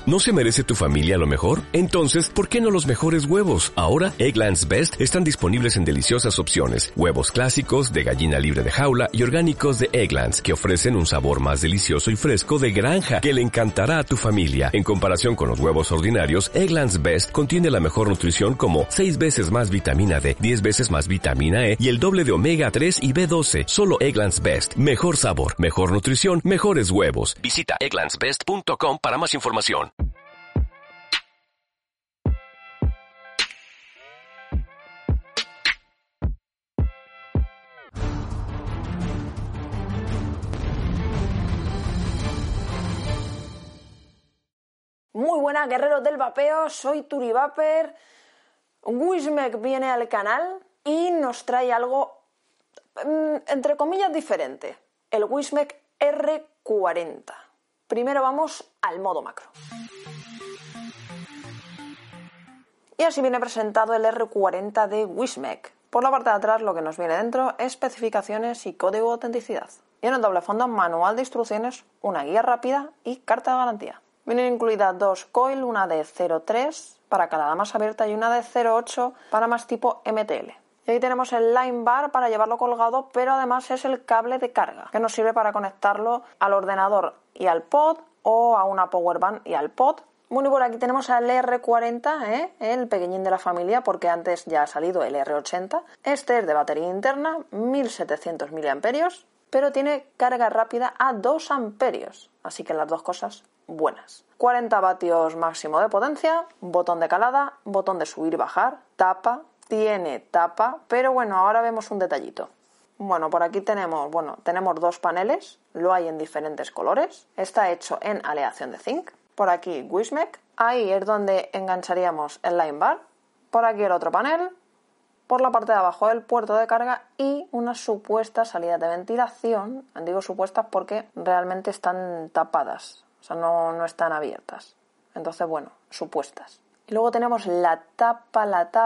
¿No se merece tu familia lo mejor? Entonces, ¿por qué no los mejores huevos? Ahora, Eggland's Best están disponibles en deliciosas opciones. Huevos clásicos, de gallina libre de jaula y orgánicos de Eggland's, que ofrecen un sabor más delicioso y fresco de granja, que le encantará a tu familia. En comparación con los huevos ordinarios, Eggland's Best contiene la mejor nutrición como 6 veces más vitamina D, 10 veces más vitamina E y el doble de omega 3 y B12. Solo Eggland's Best. Mejor sabor, mejor nutrición, mejores huevos. Visita egglandsbest.com para más información. Muy buenas, guerreros del vapeo, soy Turivaper. Wismec viene al canal y nos trae algo, entre comillas, diferente. El Wismec R40. Primero vamos al modo macro. Y así viene presentado el R40 de Wismec. Por la parte de atrás lo que nos viene dentro, especificaciones y código de autenticidad. Y en el doble fondo, manual de instrucciones, una guía rápida y carta de garantía. Vienen incluidas 2 coil, una de 0.3 para calada más abierta y una de 0.8 para más tipo MTL. Y ahí tenemos el line bar para llevarlo colgado, pero además es el cable de carga, que nos sirve para conectarlo al ordenador y al pod o a una power bank y al pod. Bueno, y por aquí tenemos al R40, el pequeñín de la familia, porque antes ya ha salido el R80. Este es de batería interna, 1700 mAh, pero tiene carga rápida a 2 amperios, así que las dos cosas buenas. 40 vatios máximo de potencia, botón de calada, botón de subir y bajar, tapa, tiene tapa, pero bueno, ahora vemos un detallito. Bueno, por aquí tenemos 2 paneles, lo hay en diferentes colores, está hecho en aleación de zinc. Por aquí Wismec, ahí es donde engancharíamos el line bar, por aquí el otro panel, por la parte de abajo el puerto de carga y unas supuestas salidas de ventilación. Digo supuestas porque realmente están tapadas, o sea, no están abiertas. Entonces, bueno, supuestas. Y luego tenemos la tapa.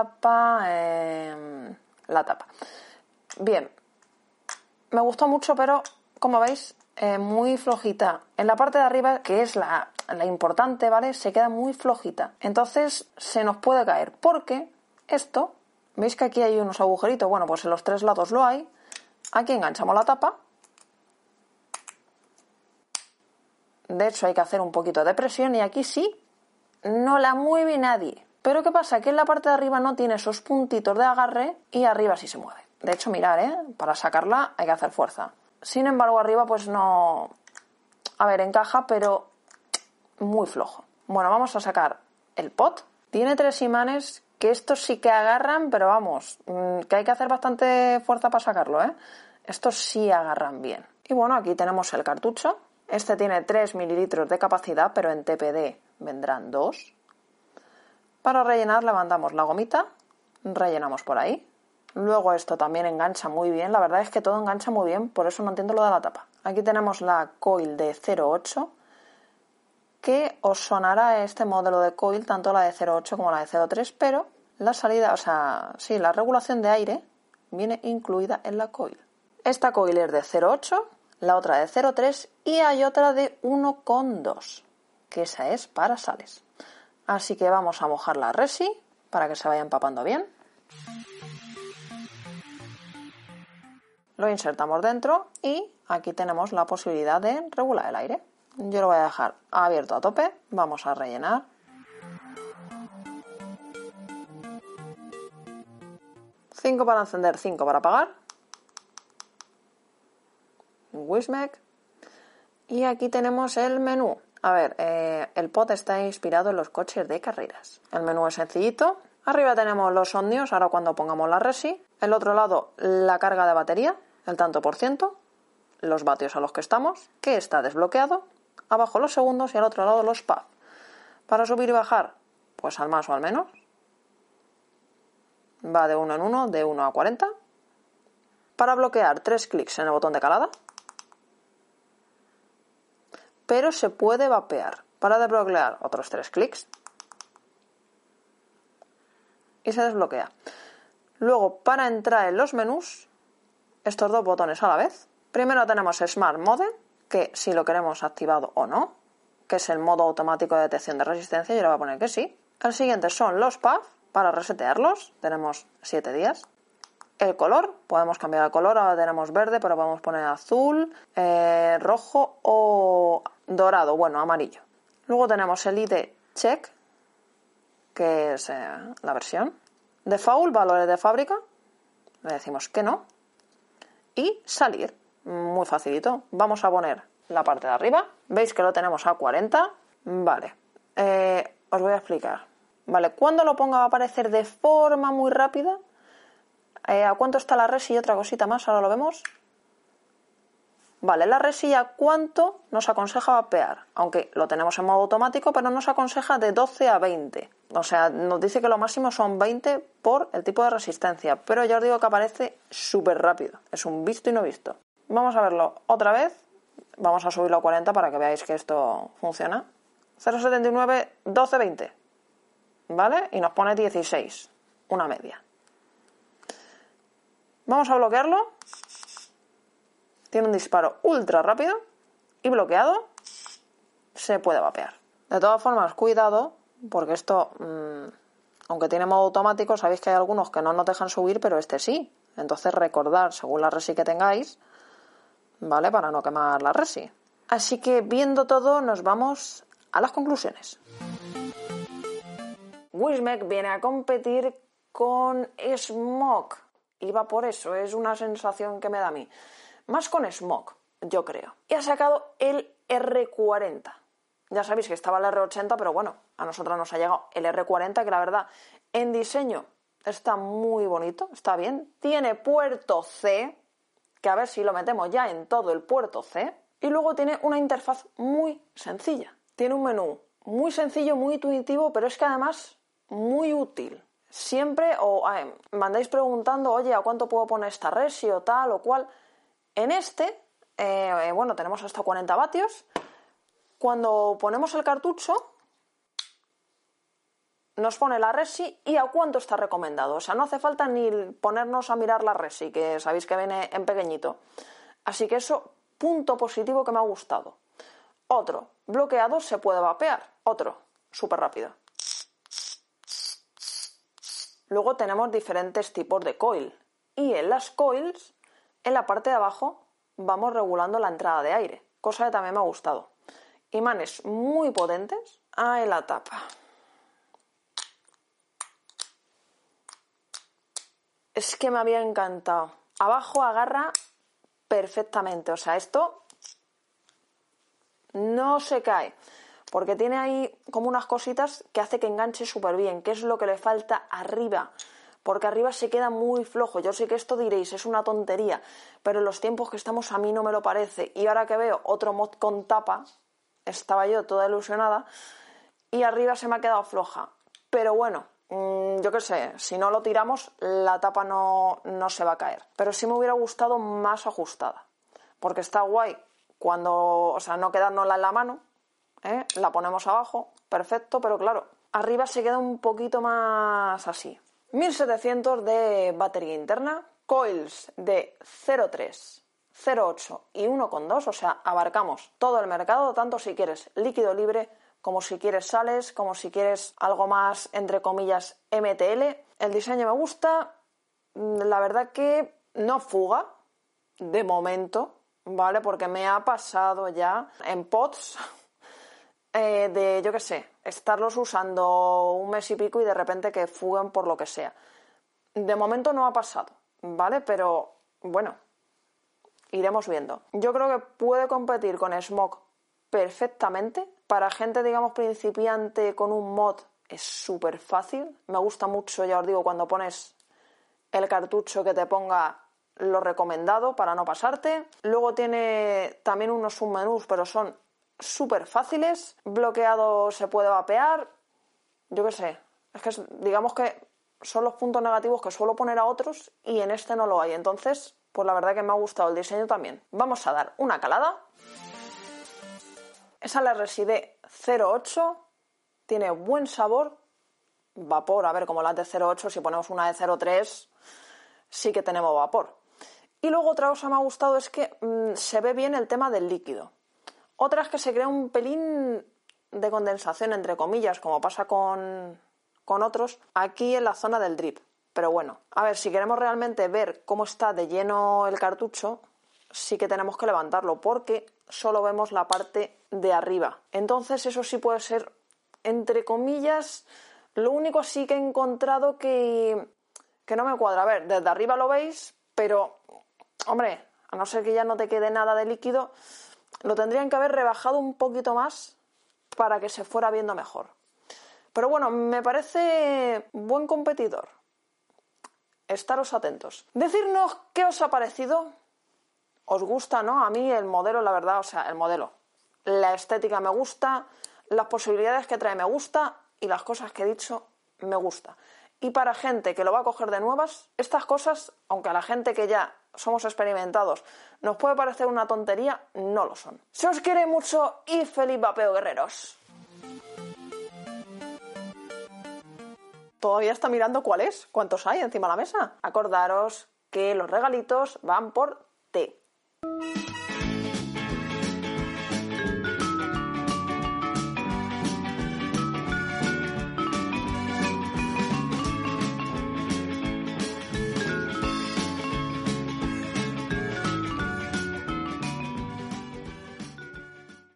Bien, me gustó mucho, pero como veis, muy flojita. En la parte de arriba, que es la importante, ¿vale? Se queda muy flojita. Entonces se nos puede caer, porque esto, ¿veis que aquí hay unos agujeritos? Bueno, pues en los 3 lados lo hay. Aquí enganchamos la tapa. De hecho, hay que hacer un poquito de presión y aquí sí, no la mueve nadie. Pero ¿qué pasa? Que en la parte de arriba no tiene esos puntitos de agarre y arriba sí se mueve. De hecho, mirad, para sacarla hay que hacer fuerza. Sin embargo, arriba pues no... A ver, encaja, pero muy flojo. Bueno, vamos a sacar el pot. Tiene 3 imanes que estos sí que agarran, pero vamos, que hay que hacer bastante fuerza para sacarlo, Estos sí agarran bien. Y bueno, aquí tenemos el cartucho. Este tiene 3 mililitros de capacidad, pero en TPD vendrán 2. Para rellenar levantamos la gomita, rellenamos por ahí. Luego esto también engancha muy bien, la verdad es que todo engancha muy bien, por eso no entiendo lo de la tapa. Aquí tenemos la coil de 0.8, que os sonará este modelo de coil, tanto la de 0.8 como la de 0.3, pero la salida, la regulación de aire viene incluida en la coil. Esta coil es de 0.8, la otra de 0.3 y hay otra de 1.2, que esa es para sales. Así que vamos a mojar la resi para que se vaya empapando bien. Lo insertamos dentro y aquí tenemos la posibilidad de regular el aire. Yo lo voy a dejar abierto a tope. Vamos a rellenar. Cinco para encender, 5 para apagar. Wismec. Y aquí tenemos el menú. A ver, el pot está inspirado en los coches de carreras. El menú es sencillito. Arriba tenemos los ohmios, ahora cuando pongamos la resi. El otro lado, la carga de batería, el tanto por ciento. Los vatios a los que estamos, que está desbloqueado. Abajo los segundos y al otro lado los PAV. Para subir y bajar, pues al más o al menos. Va de 1 en 1, de 1 a 40. Para bloquear, 3 clics en el botón de calada. Pero se puede vapear. Para desbloquear, otros 3 clics. Y se desbloquea. Luego, para entrar en los menús, estos 2 botones a la vez. Primero tenemos Smart Mode, que si lo queremos activado o no. que es el modo automático de detección de resistencia, yo le voy a poner que sí. El siguiente son los puffs, para resetearlos, tenemos 7 días. El color, podemos cambiar el color, ahora tenemos verde, pero podemos poner azul, rojo o dorado, bueno, amarillo. Luego tenemos el ID check, que es la versión. Default, valores de fábrica, le decimos que no. Y salir, muy facilito. Vamos a poner la parte de arriba, veis que lo tenemos a 40, vale. Os voy a explicar. Vale, cuando lo ponga va a aparecer de forma muy rápida. ¿A cuánto está la resi y otra cosita más? Ahora lo vemos. Vale, la resi a cuánto nos aconseja vapear. Aunque lo tenemos en modo automático, pero nos aconseja de 12 a 20. O sea, nos dice que lo máximo son 20 por el tipo de resistencia. Pero ya os digo que aparece súper rápido. Es un visto y no visto. Vamos a verlo otra vez. Vamos a subirlo a 40 para que veáis que esto funciona. 0,79, 12, 20. ¿Vale? Y nos pone 16. Una media. Vamos a bloquearlo. Tiene un disparo ultra rápido y bloqueado se puede vapear. De todas formas, cuidado, porque esto, aunque tiene modo automático, sabéis que hay algunos que no nos dejan subir, pero este sí. Entonces recordad, según la resi que tengáis, ¿vale? Para no quemar la resi. Así que viendo todo, nos vamos a las conclusiones. Wismec viene a competir con Smok. Y va por eso, es una sensación que me da a mí. Más con Smok, yo creo. Y ha sacado el R40. Ya sabéis que estaba el R80, pero bueno, a nosotros nos ha llegado el R40, que la verdad, en diseño está muy bonito, está bien. Tiene puerto C, que a ver si lo metemos ya en todo el puerto C. Y luego tiene una interfaz muy sencilla. Tiene un menú muy sencillo, muy intuitivo, pero es que además muy útil. Siempre me andáis preguntando, oye, ¿a cuánto puedo poner esta resi o tal o cual? En este, bueno, tenemos hasta 40 vatios. Cuando ponemos el cartucho, nos pone la resi y a cuánto está recomendado. O sea, no hace falta ni ponernos a mirar la resi, que sabéis que viene en pequeñito. Así que eso, punto positivo que me ha gustado. Otro, bloqueado se puede vapear. Otro, súper rápido. Luego tenemos diferentes tipos de coil. Y en las coils, en la parte de abajo, vamos regulando la entrada de aire. Cosa que también me ha gustado. Imanes muy potentes. En la tapa. Es que me había encantado. Abajo agarra perfectamente. O sea, esto no se cae. Porque tiene ahí como unas cositas que hace que enganche súper bien, que es lo que le falta arriba. Porque arriba se queda muy flojo. Yo sé que esto diréis, es una tontería, pero en los tiempos que estamos a mí no me lo parece. Y ahora que veo otro mod con tapa, estaba yo toda ilusionada, y arriba se me ha quedado floja. Pero bueno, yo qué sé, si no lo tiramos, la tapa no se va a caer. Pero sí me hubiera gustado más ajustada. Porque está guay cuando, o sea, no quedárnosla en la mano. La ponemos abajo, perfecto, pero claro, arriba se queda un poquito más así. 1700 de batería interna, coils de 0,3, 0,8 y 1,2, o sea, abarcamos todo el mercado, tanto si quieres líquido libre, como si quieres sales, como si quieres algo más, entre comillas, MTL. El diseño me gusta, la verdad que no fuga, de momento, ¿vale? Porque me ha pasado ya en pods de, yo qué sé, estarlos usando un mes y pico y de repente que fuguen por lo que sea. De momento no ha pasado, ¿vale? Pero, bueno, iremos viendo. Yo creo que puede competir con Smok perfectamente. Para gente, digamos, principiante con un mod es súper fácil. Me gusta mucho, ya os digo, cuando pones el cartucho que te ponga lo recomendado para no pasarte. Luego tiene también unos submenús, pero son súper fáciles. Bloqueado se puede vapear. Yo qué sé. Es que digamos que son los puntos negativos que suelo poner a otros y en este no lo hay. Entonces, pues la verdad que me ha gustado el diseño también. Vamos a dar una calada. Esa la reside 0,8. Tiene buen sabor. Vapor, a ver, como las de 0,8, si ponemos una de 0,3, sí que tenemos vapor. Y luego otra cosa que me ha gustado es que se ve bien el tema del líquido. Otra es que se crea un pelín de condensación, entre comillas, como pasa con otros, aquí en la zona del drip. Pero bueno, a ver, si queremos realmente ver cómo está de lleno el cartucho, sí que tenemos que levantarlo, porque solo vemos la parte de arriba. Entonces eso sí puede ser, entre comillas, lo único sí que he encontrado que no me cuadra. A ver, desde arriba lo veis, pero, hombre, a no ser que ya no te quede nada de líquido, lo tendrían que haber rebajado un poquito más para que se fuera viendo mejor. Pero bueno, me parece buen competidor. Estaros atentos. Decidnos qué os ha parecido. ¿Os gusta, no? A mí el modelo, la verdad, o sea, el modelo. La estética me gusta, las posibilidades que trae me gusta y las cosas que he dicho me gusta. Y para gente que lo va a coger de nuevas, estas cosas, aunque a la gente que ya somos experimentados nos puede parecer una tontería, no lo son. Se os quiere mucho y feliz vapeo, guerreros. Todavía está mirando cuál es, cuántos hay encima de la mesa. Acordaros que los regalitos van por té.